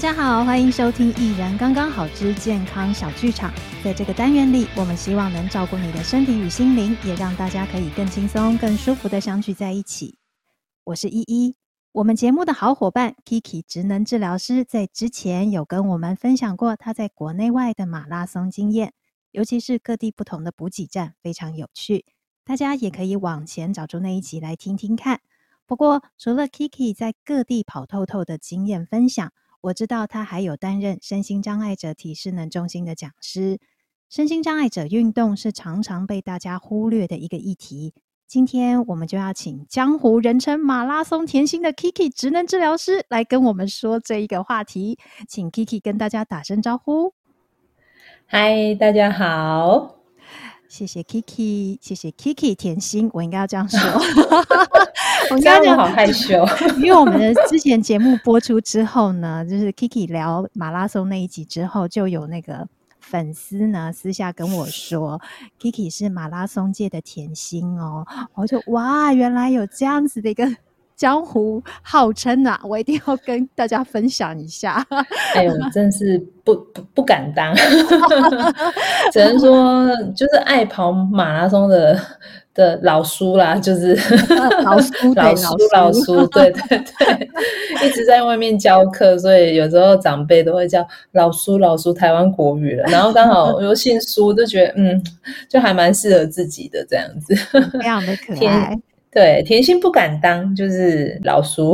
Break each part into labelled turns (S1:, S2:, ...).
S1: 家好，欢迎收听艺人刚刚好之健康小剧场。在这个单元里，我们希望能照顾你的身体与心灵，也让大家可以更轻松更舒服的相聚在一起。我是依依，我们节目的好伙伴 Kiki 职能治疗师在之前有跟我们分享过他在国内外的马拉松经验，尤其是各地不同的补给站，非常有趣，大家也可以往前找出那一集来听听看。不过除了 Kiki 在各地跑透透的经验分享，我知道他还有担任身心障碍者体适能中心的讲师。身心障碍者运动是常常被大家忽略的一个议题，今天我们就要请江湖人称马拉松甜心的 Kiki 职能治疗师来跟我们说这一个话题，请 Kiki 跟大家打声招呼。
S2: 嗨，大家好。
S1: 谢谢 Kiki， 谢谢 Kiki 甜心，我应该要这样说。
S2: 我应该这样，我好害羞。
S1: 因为我们的之前节目播出之后呢，就是 Kiki 聊马拉松那一集之后，就有那个粉丝呢私下跟我说 Kiki 是马拉松界的甜心哦，我就哇，原来有这样子的一个江湖号称啊，我一定要跟大家分享一下。
S2: 哎呦，真是不敢当。只能说就是爱跑马拉松的老叔啦，就是
S1: 老叔
S2: 老叔，对对对，一直在外面教课，所以有时候长辈都会叫老叔台湾国语了，然后刚好又姓苏，就觉得就还蛮适合自己的这样子，
S1: 非常的可爱。
S2: 对，甜心不敢当，就是老叔。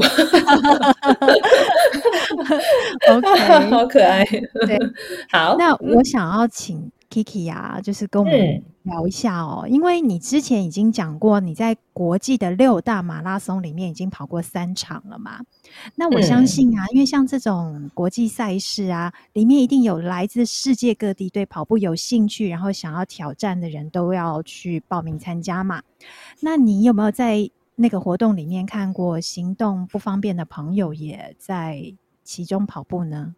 S1: OK，
S2: 好可爱。
S1: 对，
S2: 好，
S1: 那我想要请 Kiki 啊，就是跟我们聊一下哦，因为你之前已经讲过你在国际的6大马拉松里面已经跑过3场了嘛。那我相信啊，因为像这种国际赛事啊，里面一定有来自世界各地对跑步有兴趣，然后想要挑战的人都要去报名参加嘛。那你有没有在那个活动里面看过行动不方便的朋友也在其中跑步呢？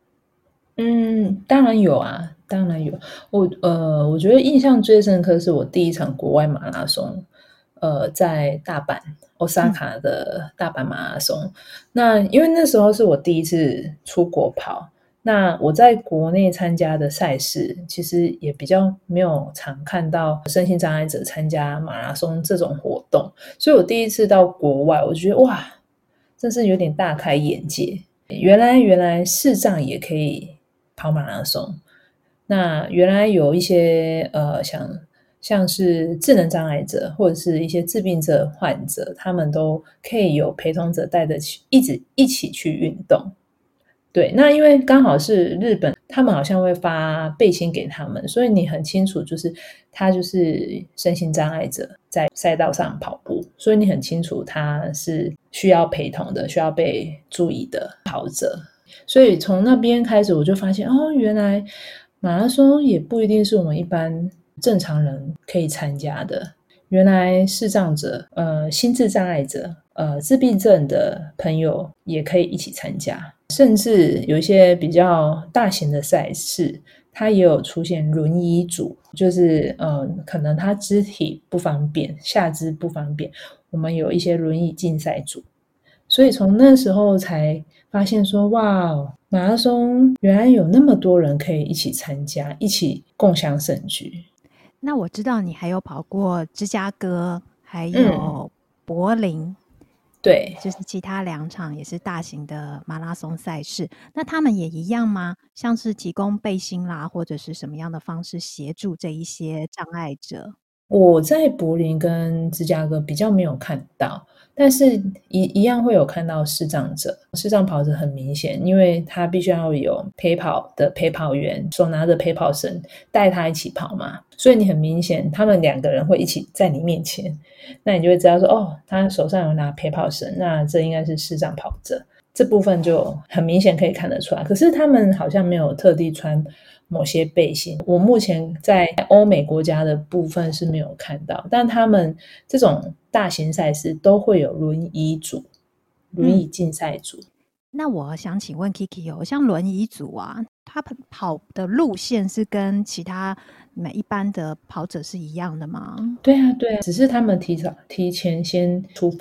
S2: 当然有啊，当然有。我觉得印象最深刻是我第一场国外马拉松，在大阪Osaka 的大阪马拉松。那因为那时候是我第一次出国跑，那我在国内参加的赛事，其实也比较没有常看到身心障碍者参加马拉松这种活动，所以我第一次到国外，我觉得哇，真是有点大开眼界。原来视障也可以跑马拉松。那原来有一些像是智能障碍者或者是一些自闭症患者，他们都可以有陪同者带着一起去运动。对，那因为刚好是日本，他们好像会发背心给他们，所以你很清楚，就是他就是身心障碍者在赛道上跑步，所以你很清楚他是需要陪同的，需要被注意的跑者。所以从那边开始，我就发现哦，原来马拉松也不一定是我们一般正常人可以参加的。原来视障者、心智障碍者、自闭症的朋友也可以一起参加，甚至有一些比较大型的赛事，它也有出现轮椅组，就是可能他肢体不方便，下肢不方便，我们有一些轮椅竞赛组。所以从那时候才发现说，哇，马拉松原来有那么多人可以一起参加，一起共襄盛举。
S1: 那我知道你还有跑过芝加哥，还有柏林，
S2: 对，
S1: 就是其他2场也是大型的马拉松赛事。那他们也一样吗？像是提供背心啦，或者是什么样的方式协助这一些障碍者？
S2: 我在柏林跟芝加哥比较没有看到，但是一样会有看到视障者。视障跑者很明显，因为他必须要有陪跑的陪跑员，手拿着陪跑绳带他一起跑嘛，所以你很明显他们2个人会一起在你面前，那你就会知道说，哦，他手上有拿陪跑绳，那这应该是视障跑者。这部分就很明显可以看得出来，可是他们好像没有特地穿某些背心，我目前在欧美国家的部分是没有看到，但他们这种大型赛事都会有轮椅组、轮椅竞赛组。
S1: 那我想请问 Kiki 哦，像轮椅组啊，他跑的路线是跟其他一般的跑者是一样的吗？
S2: 对啊，只是他们提前先出发，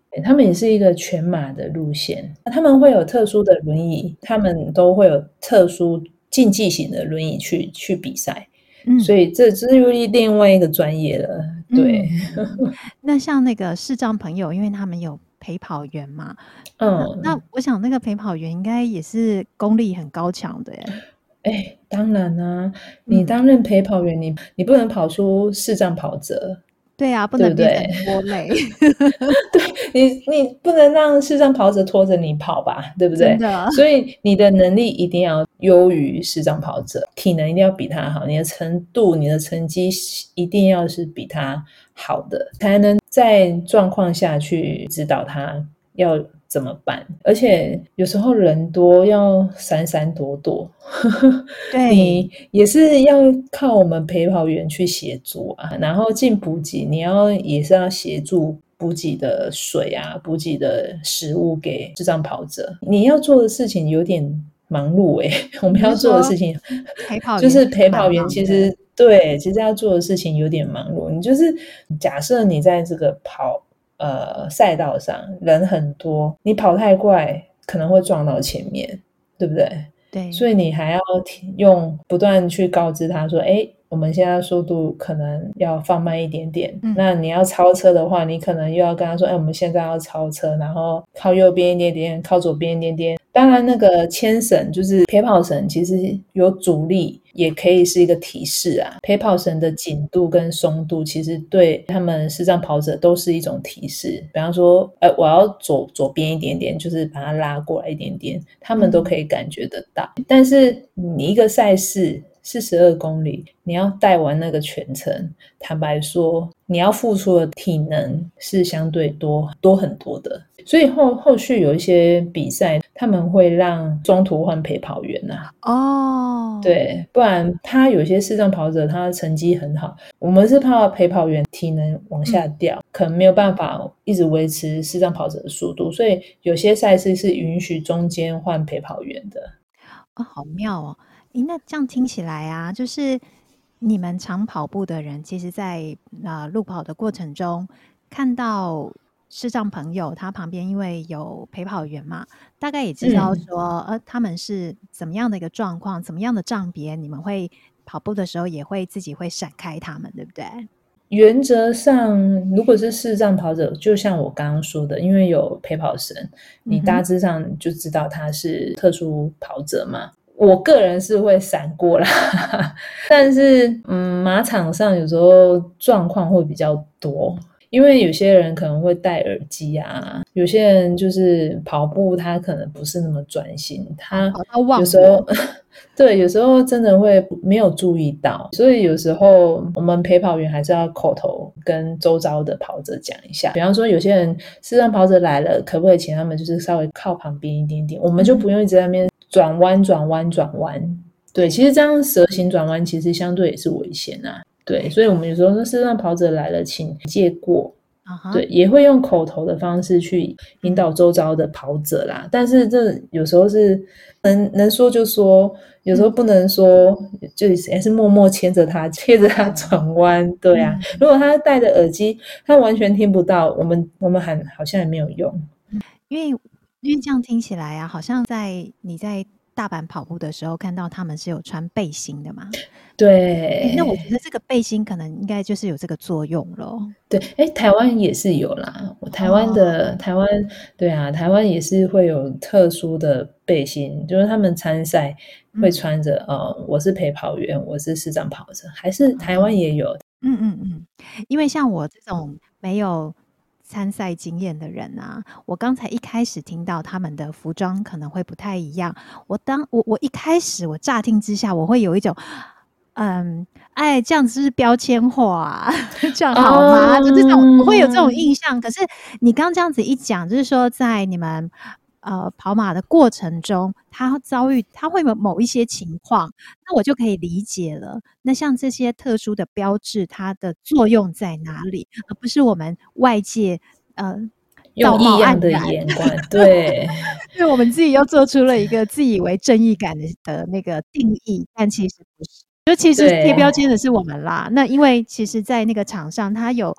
S2: 他们也是一个全马的路线，他们会有特殊的轮椅，他们都会有特殊竞技型的轮椅去比赛，所以这是又另外一个专业了。对，
S1: 那像那个视障朋友，因为他们有陪跑员嘛，那我想那个陪跑员应该也是功力很高强的耶。
S2: 当然啊，你担任陪跑员，你不能跑出视障跑者。
S1: 对啊，不
S2: 对不
S1: 能变成
S2: 对？
S1: 拖累。
S2: 对，你不能让视障跑者拖着你跑吧，对不对？
S1: 真的。
S2: 所以你的能力一定要优于视障跑者，体能一定要比他好，你的程度、你的成绩一定要是比他好的，才能在状况下去指导他要怎么办。而且有时候人多要闪闪躲躲，你也是要靠我们陪跑员去协助啊。然后进补给，你也是要协助补给的水啊，补给的食物给视障跑者。你要做的事情有点忙碌我们要做的事情就是陪跑员，其实要做的事情有点忙碌。你就是假设你在这个赛道上人很多，你跑太快可能会撞到前面，对不对？
S1: 对，
S2: 所以你还要不断去告知他说，我们现在速度可能要放慢一点点。那你要超车的话，你可能又要跟他说，我们现在要超车，然后靠右边一点点，靠左边一点点。当然那个牵绳就是陪跑绳，其实有阻力也可以是一个提示啊。陪跑绳的紧度跟松度其实对他们视障跑者都是一种提示。比方说我要左边一点点，就是把它拉过来一点点，他们都可以感觉得到。但是你一个赛事42公里，你要带完那个全程，坦白说你要付出的体能是相对多很多的。所以后续有一些比赛他们会让中途换陪跑员对，不然他有些视障跑者他的成绩很好，我们是怕陪跑员体能往下掉，可能没有办法一直维持视障跑者的速度，所以有些赛事是允许中间换陪跑员的。
S1: 好妙哦。那这样听起来啊，就是你们常跑步的人，其实在路跑的过程中看到视障朋友他旁边因为有陪跑员嘛，大概也知道说他们是怎么样的一个状况，怎么样的障别，你们会跑步的时候也会自己会闪开他们，对不对？
S2: 原则上如果是视障跑者，就像我刚刚说的，因为有陪跑绳，你大致上就知道他是特殊跑者嘛。我个人是会闪过啦但是马场上有时候状况会比较多，因为有些人可能会戴耳机啊，有些人就是跑步他可能不是那么专心，他有时候对，有时候真的会没有注意到，所以有时候我们陪跑员还是要口头跟周遭的跑者讲一下。比方说有些人视障跑者来了，可不可以请他们就是稍微靠旁边一点点，我们就不用一直在那边转弯。对，其实这样蛇形转弯其实相对也是危险啊。对，所以我们有时候说视障跑者来了请借过，对，也会用口头的方式去引导周遭的跑者啦。但是这有时候是能说就说，有时候不能说，就还是默默牵着他转弯。对啊，如果他戴着耳机，他完全听不到，我们喊好像也没有用。
S1: 因为这样听起来啊，好像你在大阪跑步的时候看到他们是有穿背心的嘛？
S2: 对，
S1: 那我觉得这个背心可能应该就是有这个作用咯。
S2: 对，台湾也是有啦。台湾对啊，台湾也是会有特殊的背心，就是他们参赛会穿着我是陪跑员，我是视障跑者，还是台湾也有。
S1: 因为像我这种没有参赛经验的人啊，我刚才一开始听到他们的服装可能会不太一样，我一开始我乍听之下我会有一种这样子是标签化啊这样好吗？就这种我会有这种印象。可是你刚这样子一讲，就是说在你们跑马的过程中，他会有某一些情况，那我就可以理解了。那像这些特殊的标志，它的作用在哪里？而不是我们外界
S2: 用异样的眼光，对，
S1: 因为我们自己又做出了一个自以为正义感的那个定义，但其实不是。就其实贴标签的是我们啦。那因为其实在那个场上，它有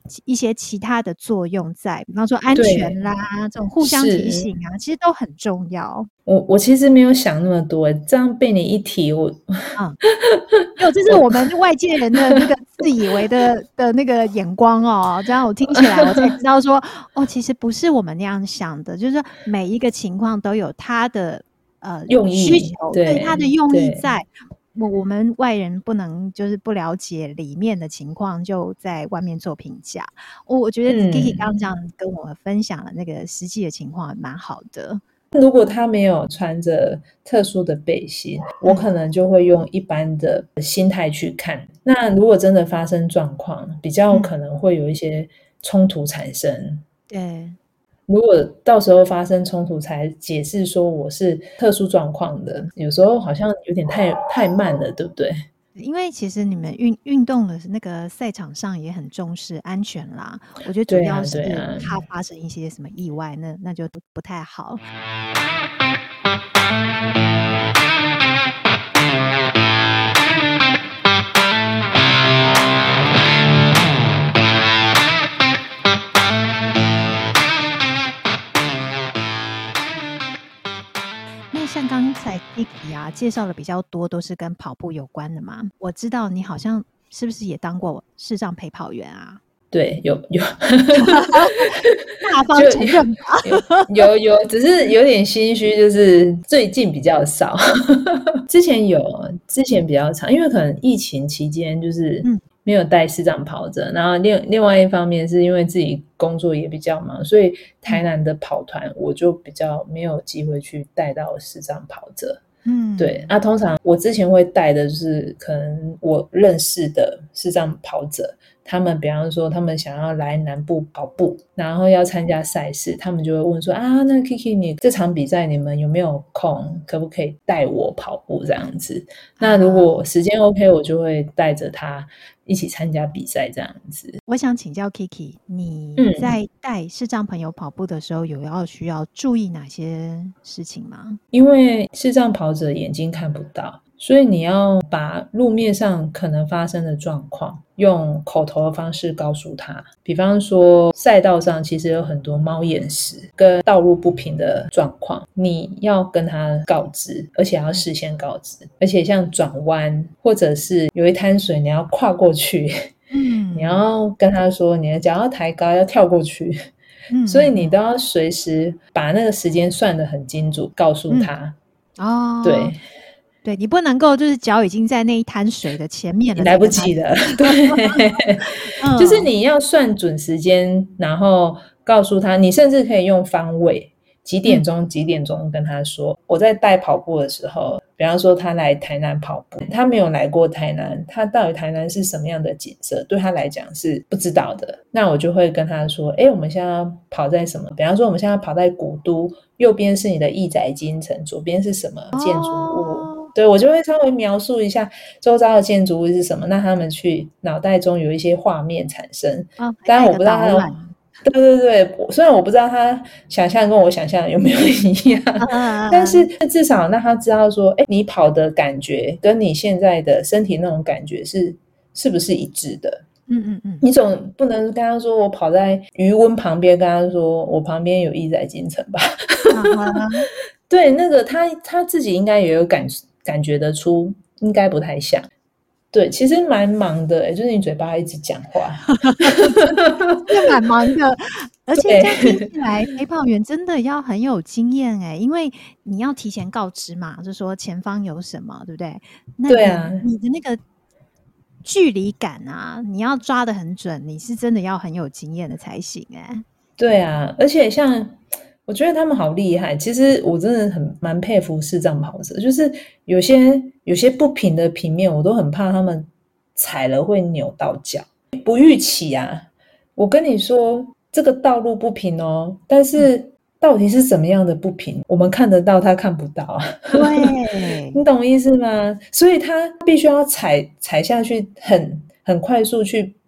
S1: 一些其他的作用在，比方说安
S2: 对，
S1: 全啦，这种互相提
S2: 是。
S1: 醒啊，其实都很重要。
S2: 我其实没有想那么多，这样被你一提，
S1: 没有，这是我们外界人的那个自以为的那个眼光哦。这样我听起来，我才知道说，其实不是我们那样想的，就是说每一个情况都有它的
S2: 用
S1: 需
S2: 意，
S1: 求，对它的用意
S2: 对，
S1: 在。我们外人不能就是不了解里面的情况，就在外面做评价。我觉得 Kiki 刚刚这样跟我们分享的那个实际的情况蛮好的。
S2: 如果他没有穿着特殊的背心，我可能就会用一般的心态去看。那如果真的发生状况，比较可能会有一些冲突产生。
S1: 对，
S2: 如果到时候发生冲突才解释说我是特殊状况的，有时候好像有点太慢了，对不对？
S1: 因为其实你们运动的那个赛场上也很重视安全啦，我觉得主要是怕发生一些什么意外，那就不太好。那像刚才 Kiki 啊介绍的比较多都是跟跑步有关的嘛，我知道你好像是不是也当过视障陪跑员啊？
S2: 对，有
S1: 大方承认吧。
S2: 有，只是有点心虚，就是最近比较少。之前比较长，因为可能疫情期间就是没有带视障跑者，然后另外一方面是因为自己工作也比较忙，所以台南的跑团我就比较没有机会去带到视障跑者。对，那通常我之前会带的就是可能我认识的视障跑者，他们比方说他们想要来南部跑步，然后要参加赛事，他们就会问说啊，那 Kiki 你这场比赛你们有没有空，可不可以带我跑步这样子？那如果时间 OK， 我就会带着他一起参加比赛这样子。
S1: 我想请教 Kiki， 你在带视障朋友跑步的时候，需要注意哪些事情吗？
S2: 因为视障跑者眼睛看不到，所以你要把路面上可能发生的状况用口头的方式告诉他。比方说赛道上其实有很多猫眼石跟道路不平的状况，你要跟他告知，而且要事先告知。而且像转弯或者是有一滩水你要跨过去，你要跟他说你的脚要抬高，要跳过去。所以你都要随时把那个时间算得很精准，告诉他。
S1: 对，你不能够就是脚已经在那一滩水的前面了，
S2: 来不及了。对，就是你要算准时间，然后告诉他，你甚至可以用方位，几点钟几点钟跟他说。我在带跑步的时候，比方说他来台南跑步，他没有来过台南，他到底台南是什么样的景色，对他来讲是不知道的。那我就会跟他说，我们现在跑在什么，比方说我们现在跑在古都，右边是你的义载金城，左边是什么建筑物。对，我就会稍微描述一下周遭的建筑物是什么，让他们去脑袋中有一些画面产生。当然我不知道他对，虽然我不知道他想象跟我想象有没有一样，但是至少让他知道说，你跑的感觉跟你现在的身体那种感觉是不是一致的。你总不能跟他说我跑在余温旁边，跟他说我旁边有义载金城吧。对，那个他自己应该也有感觉得出，应该不太像。对，其实蛮忙的，就是你嘴巴一直讲话，
S1: 真的蛮忙的。而且这样听起来，陪跑员真的要很有经验因为你要提前告知嘛，就说前方有什么，对不对？
S2: 对啊，
S1: 你的那个距离感啊，你要抓得很准，你是真的要很有经验的才行
S2: 对啊，而且像我觉得他们好厉害，其实我真的蛮佩服视障跑者，就是有些不平的平面，我都很怕他们踩了会扭到脚，不预期啊。我跟你说，这个道路不平哦，但是到底是怎么样的不平，我们看得到，他看不到啊。
S1: 对，
S2: 你懂意思吗？所以他必须要踩下去很快速去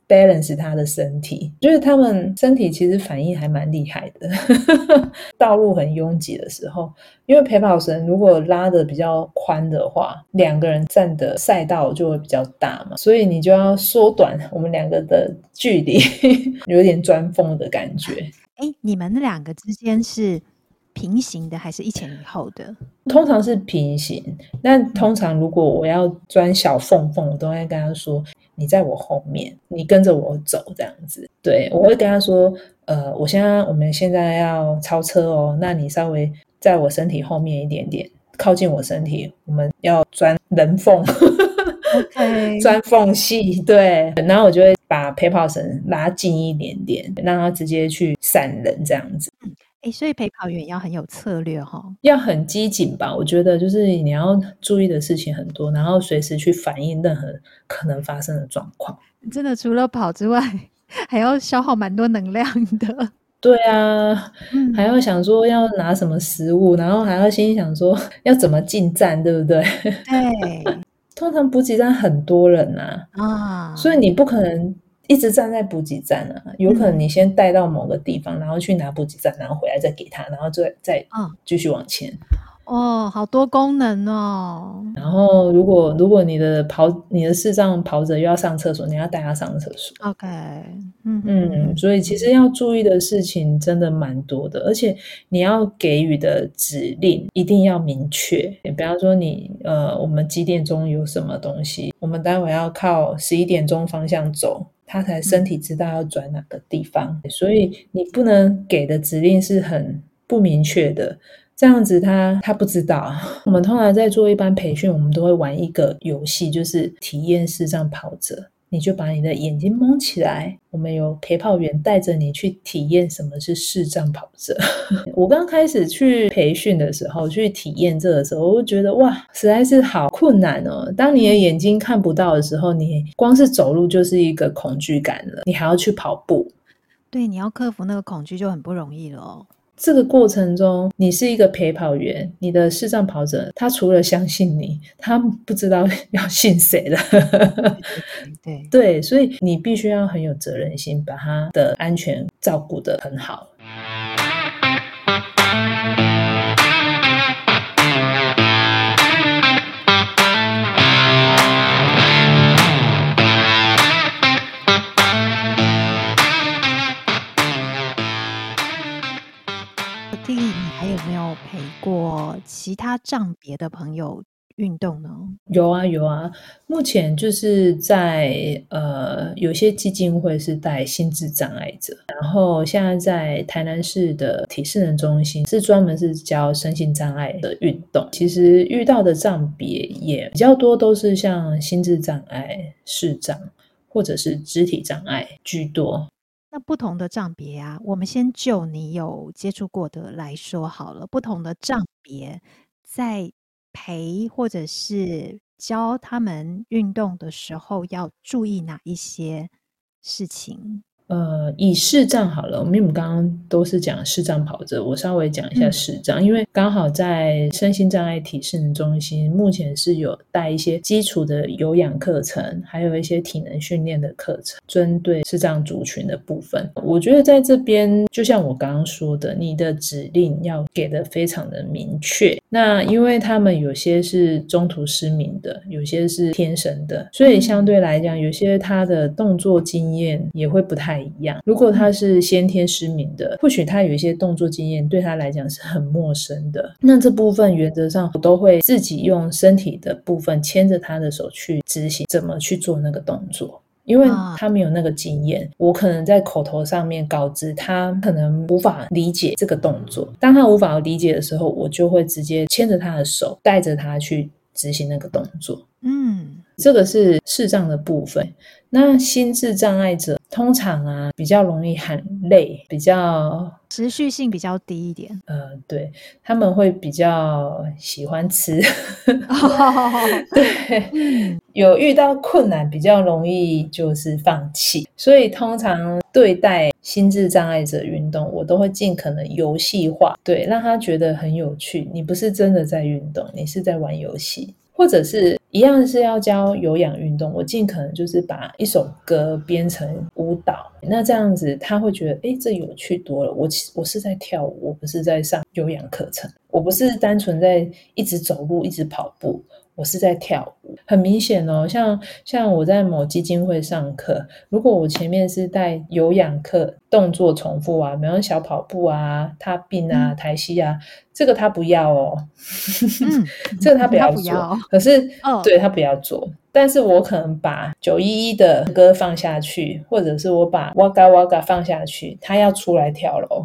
S2: balance 他的身体，就是他们身体其实反应还蛮厉害的道路很拥挤的时候，因为陪跑绳如果拉的比较宽的话，两个人站的赛道就会比较大嘛，所以你就要缩短我们两个的距离有点钻风的感觉。
S1: 你们那两个之间是平行的还是一前一后的？
S2: 通常是平行，但通常如果我要钻小缝缝，我都会跟他说你在我后面，你跟着我走这样子。对，我会跟他说我们现在要超车哦，那你稍微在我身体后面一点点，靠近我身体，我们要钻人缝
S1: OK
S2: 钻缝隙。对，然后我就会把陪跑绳拉近一点点，让他直接去闪人这样子。
S1: 所以陪跑员要很有策略
S2: 要很机警吧，我觉得就是你要注意的事情很多，然后随时去反映任何可能发生的状况。
S1: 真的除了跑之外还要消耗蛮多能量的。
S2: 对啊，还要想说要拿什么食物，然后还要心想说要怎么进站，对不对？
S1: 对
S2: 通常补给站很多人所以你不可能一直站在补给站有可能你先带到某个地方，然后去拿补给站，然后回来再给他，然后再继续往前。
S1: 好多功能哦。
S2: 然后如果你的视障跑者又要上厕所，你要带他上厕所。
S1: OK，
S2: 所以其实要注意的事情真的蛮多的，而且你要给予的指令一定要明确。比方说我们几点钟有什么东西，我们待会要靠11点钟方向走，他才身体知道要转哪个地方。所以你不能给的指令是很不明确的，这样子他不知道。我们通常在做一般培训，我们都会玩一个游戏，就是体验视障跑者。你就把你的眼睛蒙起来，我们有陪跑员带着你去体验什么是视障跑者我刚开始去培训的时候，去体验这个时候，我就觉得哇，实在是好困难哦。当你的眼睛看不到的时候，你光是走路就是一个恐惧感了，你还要去跑步。
S1: 对，你要克服那个恐惧就很不容易了哦。
S2: 这个过程中，你是一个陪跑员，你的视障跑者，他除了相信你，他不知道要信谁了对，所以你必须要很有责任心，把他的安全照顾得很好。
S1: 你还有没有陪过其他障别的朋友运动呢？
S2: 有啊，目前就是在有些基金会是带心智障碍者，然后现在在台南市的体适能中心是专门是教身心障碍的运动。其实遇到的障别也比较多，都是像心智障碍、视障或者是肢体障碍居多。
S1: 那不同的障别我们先就你有接触过的来说好了，不同的障别在陪或者是教他们运动的时候要注意哪一些事情？
S2: 以视障好了，因为我们刚刚都是讲视障跑者，我稍微讲一下视障，因为刚好在身心障碍体适能中心目前是有带一些基础的有氧课程，还有一些体能训练的课程，针对视障族群的部分。我觉得在这边就像我刚刚说的，你的指令要给的非常的明确。那因为他们有些是中途失明的，有些是天生的，所以相对来讲有些他的动作经验也会不太一样。如果他是先天失明的，或许他有一些动作经验对他来讲是很陌生的，那这部分原则上我都会自己用身体的部分牵着他的手去执行怎么去做那个动作。因为他没有那个经验，我可能在口头上面告知他可能无法理解这个动作，当他无法理解的时候，我就会直接牵着他的手带着他去执行那个动作。这个是视障的部分。那心智障碍者通常比较容易很累，比较
S1: 持续性比较低一点。
S2: 对，他们会比较喜欢吃对，有遇到困难比较容易就是放弃，所以通常对待心智障碍者运动，我都会尽可能游戏化，对，让他觉得很有趣，你不是真的在运动，你是在玩游戏。或者是一样是要教有氧运动，我尽可能就是把一首歌编成舞蹈，那这样子他会觉得这有趣多了，我是在跳舞，我不是在上有氧课程，我不是单纯在一直走路一直跑步，我是在跳舞。很明显哦，像我在某基金会上课，如果我前面是带有氧课，动作重复啊，比方小跑步啊、踏并啊、抬膝啊，这个他不要哦，这个他不要做。可是对，他不要做，但是我可能把911的歌放下去，或者是我把 Waka Waka 放下去，他要出来跳咯。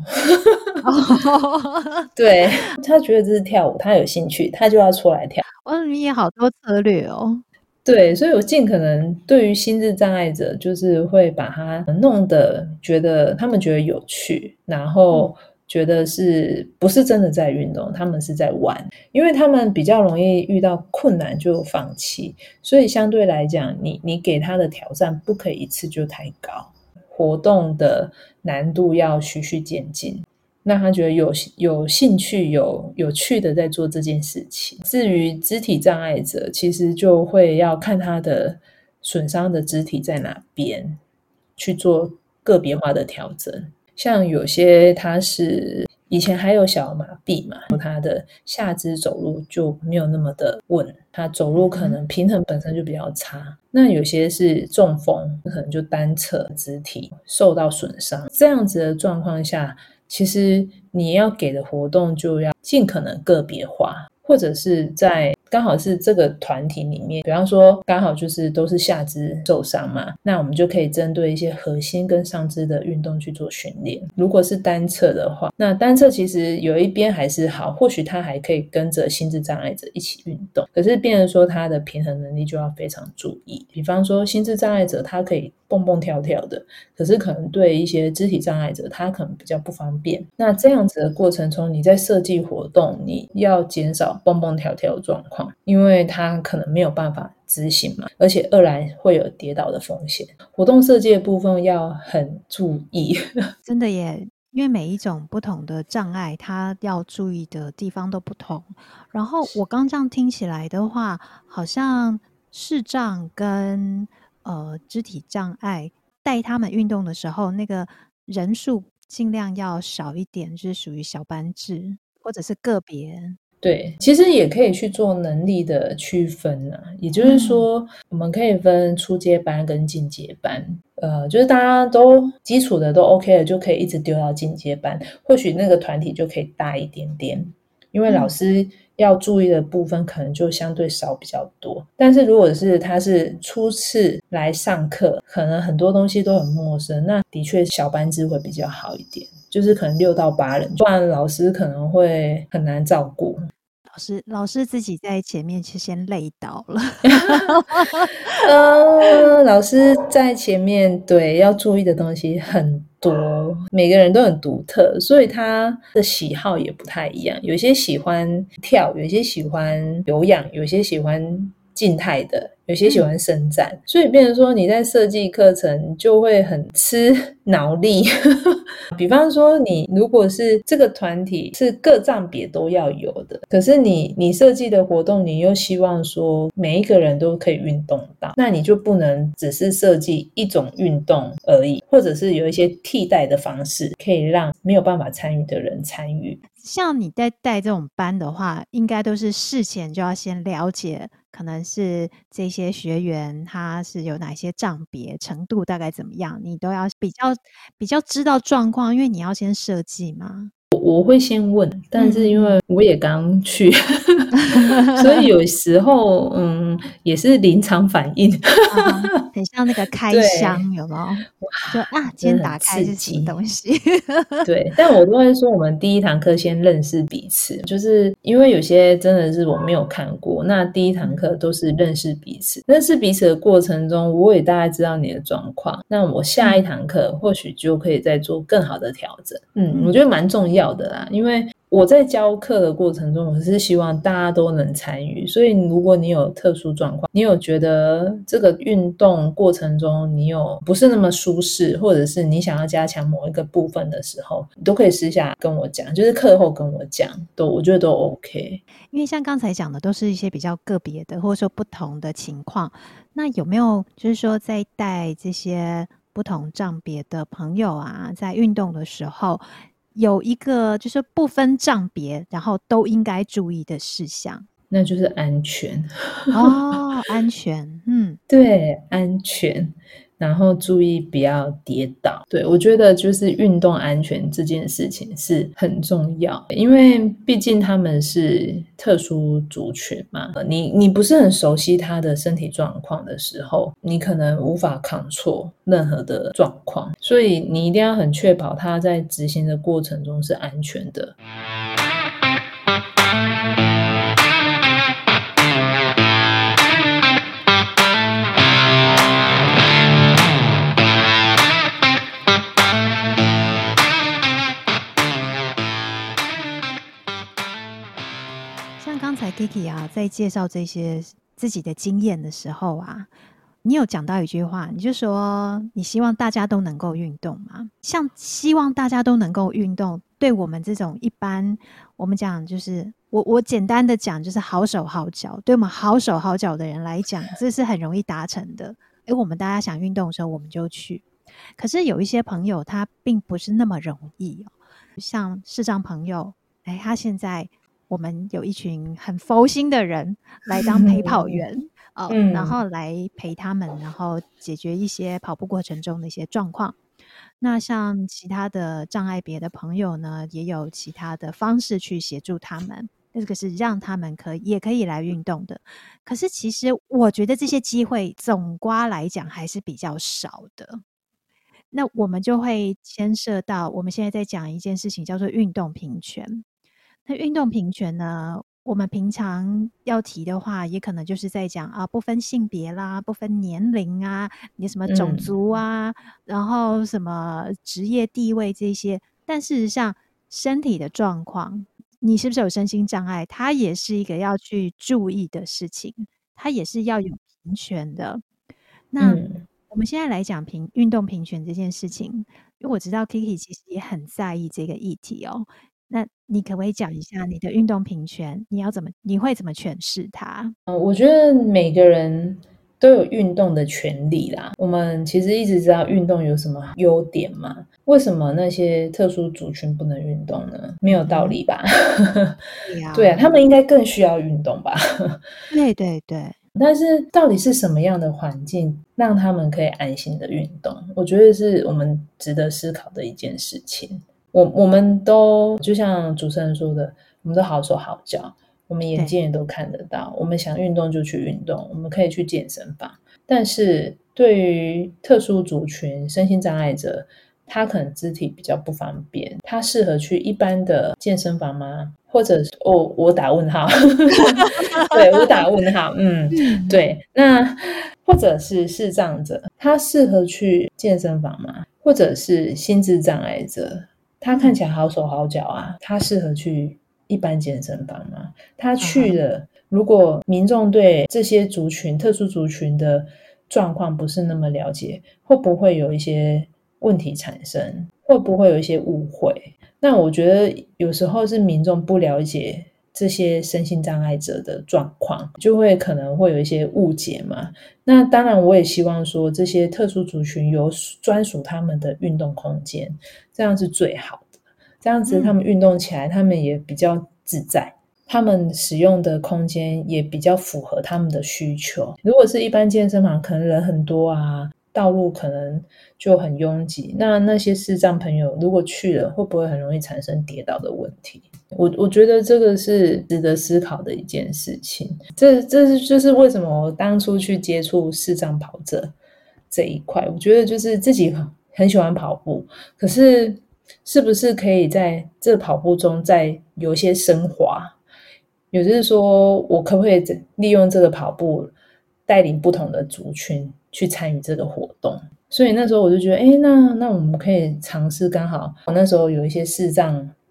S2: 对，他觉得这是跳舞，他有兴趣，他就要出来跳。
S1: 你也好多策略哦。
S2: 对，所以我尽可能对于心智障碍者，就是会把它弄得他们觉得有趣，然后觉得不是真的在运动，他们是在玩，因为他们比较容易遇到困难就放弃，所以相对来讲，你给他的挑战不可以一次就太高，活动的难度要循序渐进。那他觉得有兴趣有趣的在做这件事情。至于肢体障碍者，其实就会要看他的损伤的肢体在哪边，去做个别化的调整。像有些他是以前还有小儿麻痹嘛，他的下肢走路就没有那么的稳，他走路可能平衡本身就比较差。那有些是中风，可能就单侧肢体受到损伤，这样子的状况下，其实你要给的活动就要尽可能个别化，或者是在刚好是这个团体里面，比方说刚好就是都是下肢受伤嘛，那我们就可以针对一些核心跟上肢的运动去做训练。如果是单侧的话，那单侧其实有一边还是好，或许他还可以跟着心智障碍者一起运动，可是变成说他的平衡能力就要非常注意。比方说心智障碍者他可以蹦蹦跳跳的，可是可能对一些肢体障碍者他可能比较不方便，那这样子的过程中，你在设计活动你要减少蹦蹦跳跳的状况，因为他可能没有办法执行嘛，而且二来会有跌倒的风险，活动设计的部分要很注意。
S1: 真的耶，因为每一种不同的障碍它要注意的地方都不同。然后我刚这样听起来的话，好像视障跟肢体障碍带他们运动的时候，那个人数尽量要少一点，就是属于小班制或者是个别。
S2: 对，其实也可以去做能力的区分啊，也就是说，我们可以分初阶班跟进阶班，就是大家都基础的都 OK 了，就可以一直丢到进阶班，或许那个团体就可以大一点点，因为老师要注意的部分可能就相对少比较多。但是如果是他是初次来上课，可能很多东西都很陌生，那的确小班制会比较好一点，就是可能6到8人，不然老师可能会很难照顾。
S1: 老师自己在前面是先累倒了。
S2: 老师在前面，对，要注意的东西很多，每个人都很独特，所以他的喜好也不太一样，有些喜欢跳，有些喜欢有氧，有些喜欢静态的，有些喜欢伸展，所以变成说你在设计课程就会很吃脑力。比方说你如果是这个团体是各障别都要有的，可是你设计的活动你又希望说每一个人都可以运动到，那你就不能只是设计一种运动而已，或者是有一些替代的方式可以让没有办法参与的人参与。
S1: 像你在带这种班的话，应该都是事前就要先了解，可能是这些学员他是有哪些障别程度大概怎么样，你都要比较知道状况，因为你要先设计嘛。
S2: 我会先问，但是因为我也刚去，所以有时候也是临场反应。
S1: 很像那个开箱有没有？就今天打开是什么东西？
S2: 对，但我都会说我们第一堂课先认识彼此，就是因为有些真的是我没有看过，那第一堂课都是认识彼此，认识彼此的过程中我也大概知道你的状况，那我下一堂课或许就可以再做更好的调整。我觉得蛮重要的啦，因为我在教课的过程中，我是希望大家都能参与，所以如果你有特殊状况，你有觉得这个运动过程中你有不是那么舒适，或者是你想要加强某一个部分的时候，你都可以私下跟我讲，就是课后跟我讲，我觉得都 OK。
S1: 因为像刚才讲的都是一些比较个别的，或者说不同的情况，那有没有就是说在带这些不同障别的朋友啊，在运动的时候，有一个就是不分障别，然后都应该注意的事项？
S2: 那就是安全。
S1: 哦，安全，
S2: 对，安全，然后注意不要跌倒。对，我觉得就是运动安全这件事情是很重要，因为毕竟他们是特殊族群嘛，你不是很熟悉他的身体状况的时候，你可能无法 control 任何的状况，所以你一定要很确保他在执行的过程中是安全的。
S1: 像刚才 Kiki 啊，在介绍这些自己的经验的时候啊，你有讲到一句话，你就说你希望大家都能够运动嘛？像希望大家都能够运动，对我们这种一般，我们讲就是我简单的讲就是好手好脚，对我们好手好脚的人来讲，这是很容易达成的。我们大家想运动的时候，我们就去。可是有一些朋友他并不是那么容易哦，像视障朋友，他现在我们有一群很佛心的人来当陪跑员然后来陪他们，然后解决一些跑步过程中的一些状况。那像其他的障碍别的朋友呢，也有其他的方式去协助他们，这个是让他们也可以来运动的。可是其实我觉得这些机会总括来讲还是比较少的。那我们就会牵涉到我们现在在讲一件事情叫做运动平权。那运动平权呢，我们平常要提的话，也可能就是在讲啊，不分性别啦，不分年龄啊，你什么种族啊，然后什么职业地位这些。但事实上，身体的状况，你是不是有身心障碍，它也是一个要去注意的事情，它也是要有平权的。那我们现在来讲运动平权这件事情，因为我知道 Kiki 其实也很在意这个议题哦。那你可不可以讲一下你的运动平权，你会怎么诠释它？
S2: 我觉得每个人都有运动的权利啦。我们其实一直知道运动有什么优点嘛？为什么那些特殊族群不能运动呢？没有道理吧？对啊，他们应该更需要运动吧？
S1: 对对对。
S2: 但是到底是什么样的环境让他们可以安心的运动？我觉得是我们值得思考的一件事情。我们都就像主持人说的，我们都好手好脚，我们眼睛也都看得到，我们想运动就去运动，我们可以去健身房。但是对于特殊族群、身心障碍者，他可能肢体比较不方便，他适合去一般的健身房吗？或者我打问号对，我打问号对，那或者是视障者，他适合去健身房吗？或者是心智障碍者，他看起来好手好脚啊，他适合去一般健身房吗？他去了，如果民众对这些族群、特殊族群的状况不是那么了解，会不会有一些问题产生？会不会有一些误会？那我觉得有时候是民众不了解这些身心障碍者的状况，就会可能会有一些误解嘛。那当然我也希望说这些特殊族群有专属他们的运动空间，这样是最好的。这样子他们运动起来他们也比较自在，他们使用的空间也比较符合他们的需求。如果是一般健身房可能人很多啊，道路可能就很拥挤，那些视障朋友如果去了，会不会很容易产生跌倒的问题？我觉得这个是值得思考的一件事情。这就是为什么我当初去接触视障跑者这一块，我觉得就是自己很喜欢跑步，可是是不是可以在这跑步中再有一些升华？也就是说，我可不可以利用这个跑步带领不同的族群去参与这个活动？所以那时候我就觉得，那我们可以尝试，刚好我那时候有一些视障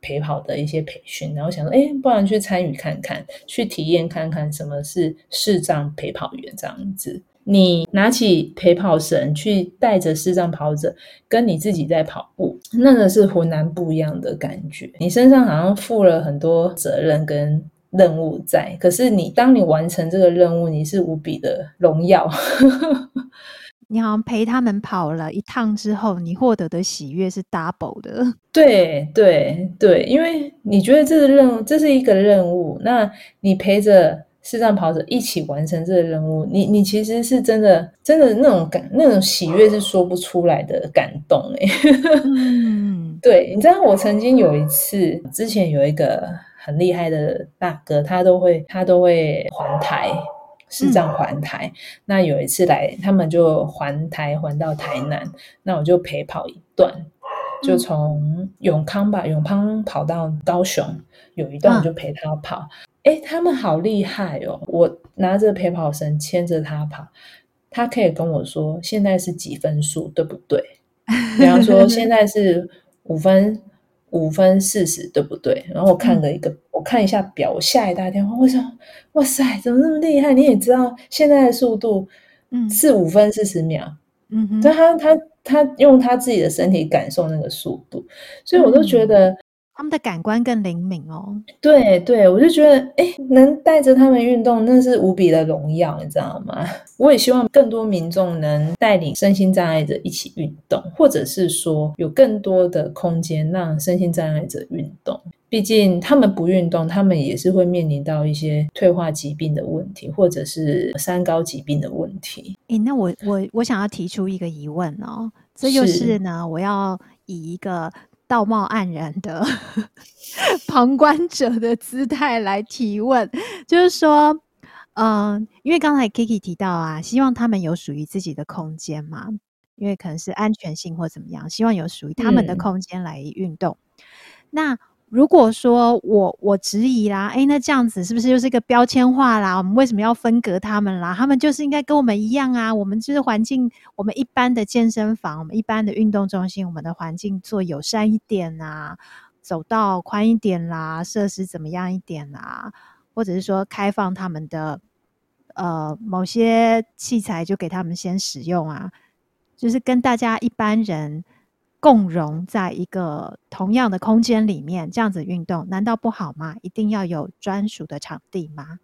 S2: 陪跑的一些培训，然后想说不然去参与看看，去体验看看什么是视障陪跑员这样子。你拿起陪跑绳去带着视障跑者，跟你自己在跑步，那个是浑然不一样的感觉。你身上好像负了很多责任跟任务在，可是当你完成这个任务，你是无比的荣耀。
S1: 你好像陪他们跑了一趟之后，你获得的喜悦是 double 的。
S2: 对对对，因为你觉得这是一个任务，那你陪着视障跑者一起完成这个任务，你其实是真的那种喜悦是说不出来的感动对，你知道我曾经有一次，之前有一个很厉害的大哥，他都会环台，视障环台。那有一次来，他们就环台环到台南，那我就陪跑一段，就从永康跑到高雄，有一段我就陪他跑。他们好厉害哦！我拿着陪跑绳牵着他跑，他可以跟我说现在是几分数，对不对？比方说现在是5分40，对不对？然后我看一下表，我吓一大跳，我想哇塞，怎么那么厉害？你也知道现在的速度是5分40秒，但他用他自己的身体感受那个速度，所以我都觉得
S1: 他们的感官更灵敏哦。
S2: 对对，我就觉得能带着他们运动，那是无比的荣耀，你知道吗？我也希望更多民众能带领身心障碍者一起运动，或者是说有更多的空间让身心障碍者运动。毕竟他们不运动，他们也是会面临到一些退化疾病的问题，或者是三高疾病的问题。
S1: 那我想要提出一个疑问哦，这就是呢，我要以一个道貌岸然的旁观者的姿态来提问，就是说因为刚才 Kiki 提到啊，希望他们有属于自己的空间嘛，因为可能是安全性或怎么样，希望有属于他们的空间来运动。那如果说我质疑啦，那这样子是不是就是一个标签化啦？我们为什么要分隔他们啦？他们就是应该跟我们一样啊，我们就是环境，我们一般的健身房，我们一般的运动中心，我们的环境做友善一点啊，走道宽一点啦，设施怎么样一点啦，或者是说开放他们的某些器材就给他们先使用啊，就是跟大家一般人共融在一个同样的空间里面，这样子运动难道不好吗？一定要有专属的场地吗？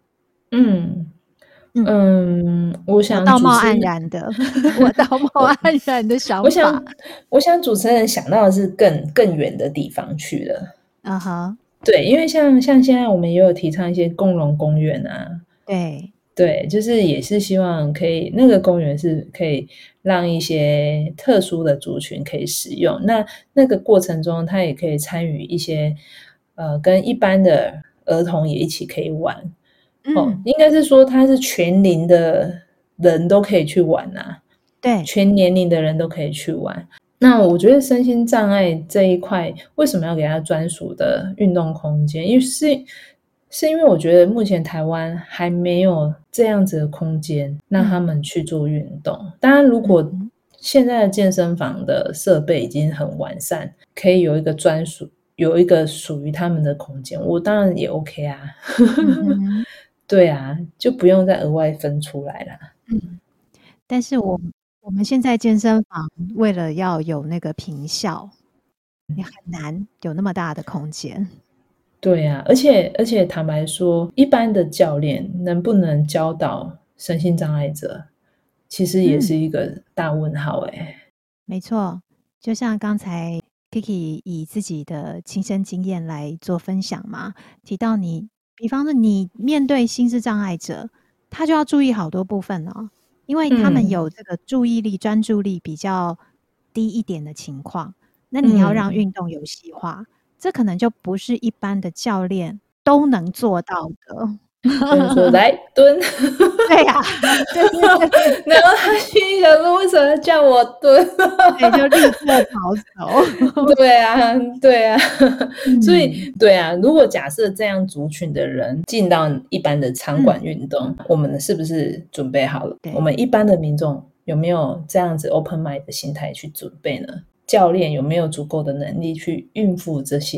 S2: 我想
S1: 道貌岸然的我道貌岸然的想法
S2: 我想主持人想到的是更远的地方去了。对，因为像现在我们也有提倡一些共融公园啊，对，就是也是希望可以那个公园是可以让一些特殊的族群可以使用，那个过程中他也可以参与一些跟一般的儿童也一起可以玩。应该是说他是全龄的人都可以去玩啊，
S1: 对，
S2: 全年龄的人都可以去玩。那我觉得身心障碍这一块为什么要给他专属的运动空间？因为我觉得目前台湾还没有这样子的空间让他们去做运动。当然如果现在的健身房的设备已经很完善，可以有一个属于他们的空间，我当然也 OK 啊。对啊，就不用再额外分出来了。
S1: 但是我们现在健身房为了要有那个坪效，也很难有那么大的空间。
S2: 对啊，而且坦白说，一般的教练能不能教导身心障碍者，其实也是一个大问号
S1: 没错，就像刚才 Kiki 以自己的亲身经验来做分享嘛，提到比方说你面对心智障碍者，他就要注意好多部分哦，因为他们有这个注意力、专注力比较低一点的情况，那你要让运动游戏化，这可能就不是一般的教练都能做到的。
S2: 就是说来蹲，
S1: 对呀，
S2: 然后他心里想说为什么要叫我蹲？
S1: 对，就立刻跑走。
S2: 对啊，所以对啊，如果假设这样族群的人进到一般的场馆运动，我们是不是准备好了？我们一般的民众有没有这样子 open mind 的心态去准备呢？教练有没有足够的能力去应付这些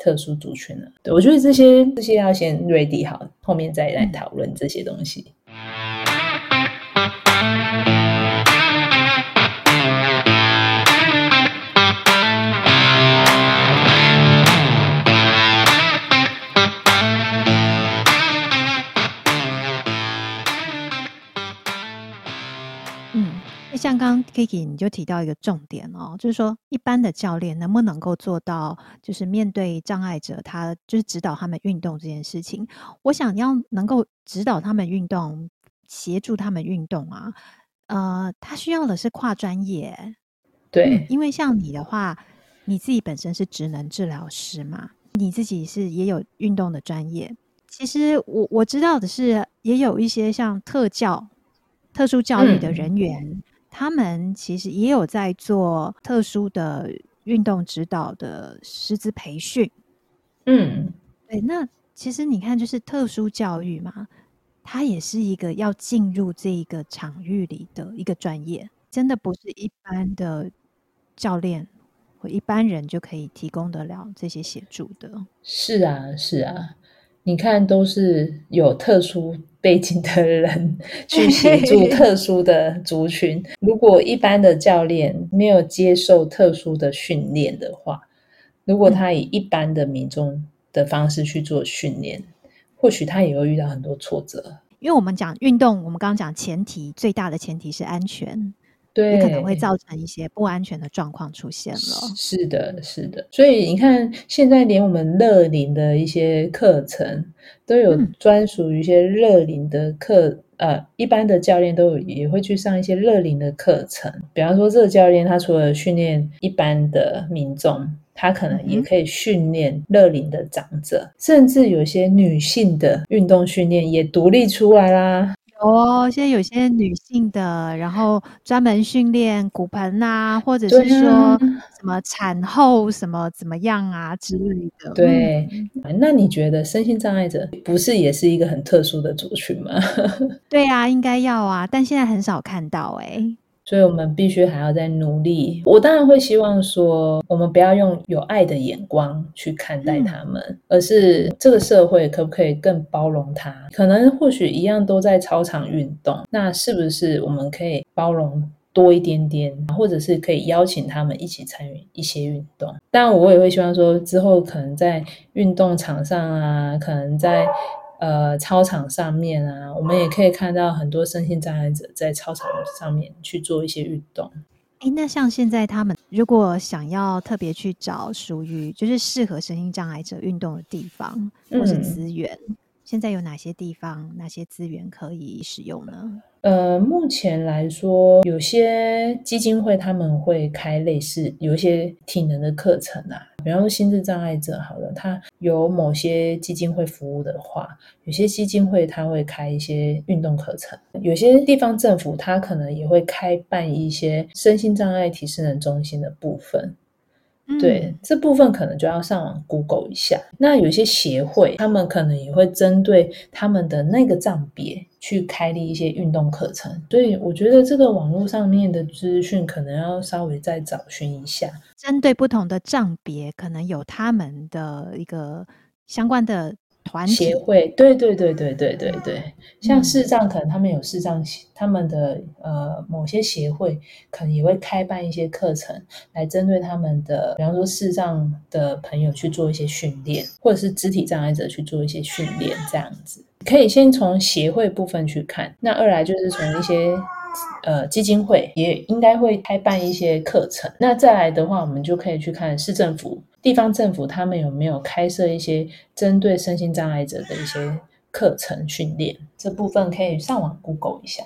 S2: 特殊族群了。对，我觉得这些要先 ready 好，后面再来讨论这些东西。
S1: 像刚刚 Kiki 你就提到一个重点哦，就是说一般的教练能不能够做到，就是面对障碍者，他就是指导他们运动这件事情。我想要能够指导他们运动，协助他们运动啊，他需要的是跨专业。
S2: 对，
S1: 因为像你的话，你自己本身是职能治疗师嘛，你自己是也有运动的专业。其实我知道的是，也有一些像特殊教育的人员。他们其实也有在做特殊的运动指导的师资培训。对，那其实你看，就是特殊教育嘛，它也是一个要进入这个场域里的一个专业，真的不是一般的教练或一般人就可以提供得了这些协助的。
S2: 是啊，是啊，你看都是有特殊背景的人去协助特殊的族群。如果一般的教练没有接受特殊的训练的话，如果他以一般的民众的方式去做训练，或许他也会遇到很多挫折。
S1: 因为我们讲运动，我们刚刚讲最大的前提是安全，
S2: 对，
S1: 也可能会造成一些不安全的状况出现了。
S2: 是的，是的。所以你看，现在连我们乐龄的一些课程都有专属于一些乐龄的课，一般的教练也会去上一些乐龄的课程。比方说，这个教练他除了训练一般的民众，他可能也可以训练乐龄的长者，甚至有些女性的运动训练也独立出来啦。
S1: 现在有些女性的，然后专门训练骨盆啊，或者是说什么产后什么怎么样啊之类的。
S2: 对，那你觉得身心障碍者不是也是一个很特殊的族群吗？
S1: 对啊，应该要啊，但现在很少看到
S2: 所以我们必须还要再努力。我当然会希望说，我们不要用有爱的眼光去看待他们，而是这个社会可不可以更包容他？可能或许一样都在操场运动，那是不是我们可以包容多一点点，或者是可以邀请他们一起参与一些运动？当然我也会希望说，之后可能在运动场上啊，可能在操场上面啊，我们也可以看到很多身心障碍者在操场上面去做一些运动。
S1: 那像现在他们如果想要特别去找属于就是适合身心障碍者运动的地方或是资源，现在有哪些地方哪些资源可以使用呢？
S2: 目前来说，有些基金会他们会开类似有一些体能的课程啊，比方说心智障碍者好了，他有某些基金会服务的话，有些基金会他会开一些运动课程，有些地方政府他可能也会开办一些身心障碍体适能中心的部分。对，这部分可能就要上网 Google 一下。那有些协会他们可能也会针对他们的那个障别去开立一些运动课程，所以我觉得这个网络上面的资讯可能要稍微再找寻一下，
S1: 针对不同的障别可能有他们的一个相关的团体
S2: 协会。对，像视障可能他们有视障他们的某些协会可能也会开办一些课程来针对他们的比方说视障的朋友去做一些训练，或者是肢体障碍者去做一些训练，这样子可以先从协会部分去看。那二来就是从一些基金会也应该会开办一些课程。那再来的话，我们就可以去看市政府地方政府他们有没有开设一些针对身心障碍者的一些课程训练，这部分可以上网 Google 一下。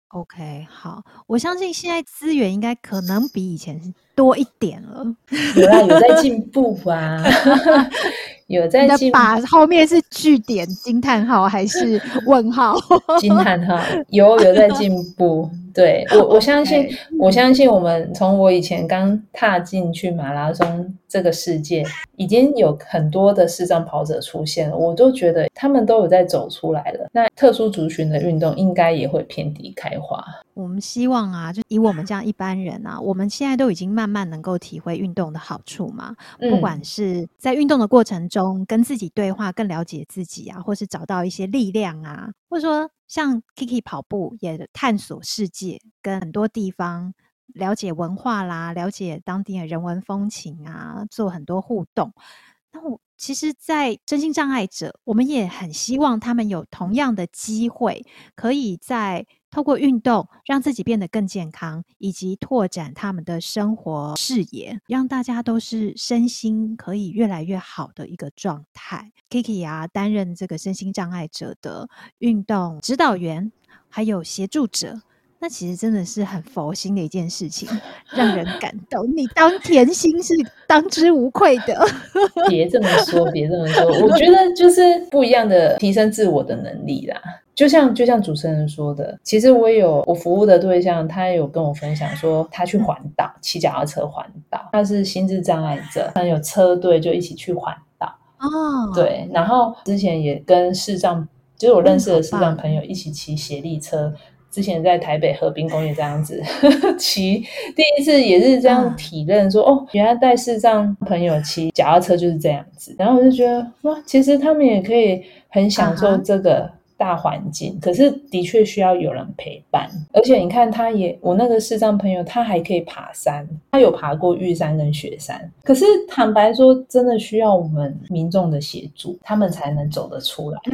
S1: OK， 好，我相信现在资源应该可能比以前多一点了。
S2: 有啦，有在进步啊。有在进步。
S1: 把后面是句点惊叹号还是问号？
S2: 惊叹号，有在进步。 对，我相信
S1: OK
S2: 我相信我们从我以前刚踏进去马拉松这个世界，已经有很多的视障跑者出现了，我都觉得他们都有在走出来了。那特殊族群的运动应该也会遍地开花。
S1: 我们希望啊，就以我们这样一般人啊，我们现在都已经慢慢能够体会运动的好处嘛。不管是在运动的过程中跟自己对话，更了解自己啊，或是找到一些力量啊，或者说像 Kiki 跑步也探索世界，跟很多地方了解文化啦，了解当地的人文风情啊，做很多互动。那其实在身心障碍者，我们也很希望他们有同样的机会，可以在透过运动让自己变得更健康，以及拓展他们的生活视野，让大家都是身心可以越来越好的一个状态。Kiki 啊，担任这个身心障碍者的运动指导员，还有协助者，那其实真的是很佛心的一件事情，让人感动。你当甜心是当之无愧的。
S2: 别这么说，别这么说，我觉得就是不一样的提升自我的能力啦。就像主持人说的，其实我服务的对象，他有跟我分享说，他去环岛，骑脚踏车环岛，他是心智障碍者，他有车队就一起去环岛。
S1: 哦，
S2: 对，然后之前也跟视障，就是我认识的视障朋友一起骑协力车。之前在台北河滨公园这样子骑，第一次也是这样体认说，哦，原来带视障朋友骑脚踏车就是这样子。然后我就觉得，哇，其实他们也可以很享受这个大环境，可是的确需要有人陪伴。而且你看，我那个视障朋友，他还可以爬山，他有爬过玉山跟雪山。可是坦白说，真的需要我们民众的协助，他们才能走得出来。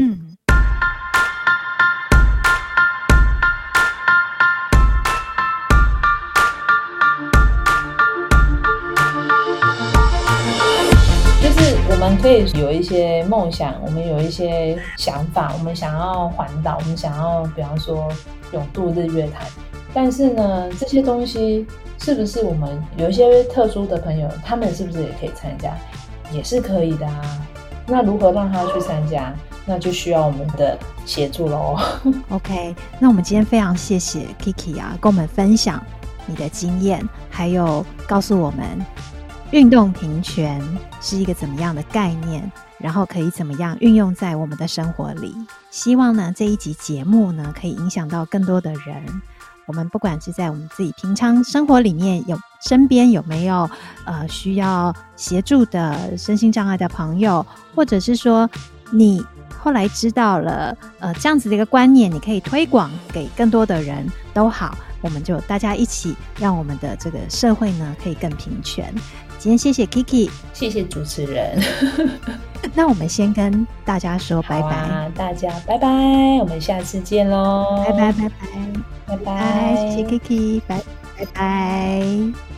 S2: 我们可以有一些梦想，我们有一些想法，我们想要环岛，我们想要比方说泳渡日月潭，但是呢，这些东西是不是我们有一些特殊的朋友，他们是不是也可以参加？也是可以的啊。那如何让他去参加？那就需要我们的协助咯。
S1: OK， 那我们今天非常谢谢 Kiki 啊，跟我们分享你的经验，还有告诉我们运动平权是一个怎么样的概念，然后可以怎么样运用在我们的生活里。希望呢这一集节目呢可以影响到更多的人。我们不管是在我们自己平常生活里面身边有没有需要协助的身心障碍的朋友，或者是说你后来知道了这样子的一个观念，你可以推广给更多的人都好，我们就大家一起让我们的这个社会呢可以更平权。今天谢谢 Kiki，
S2: 谢谢主持人。
S1: 那我们先跟大家说拜拜。
S2: 大家拜拜，我们下次见咯。
S1: 拜拜。
S2: 拜拜，
S1: 谢谢 Kiki， 拜拜。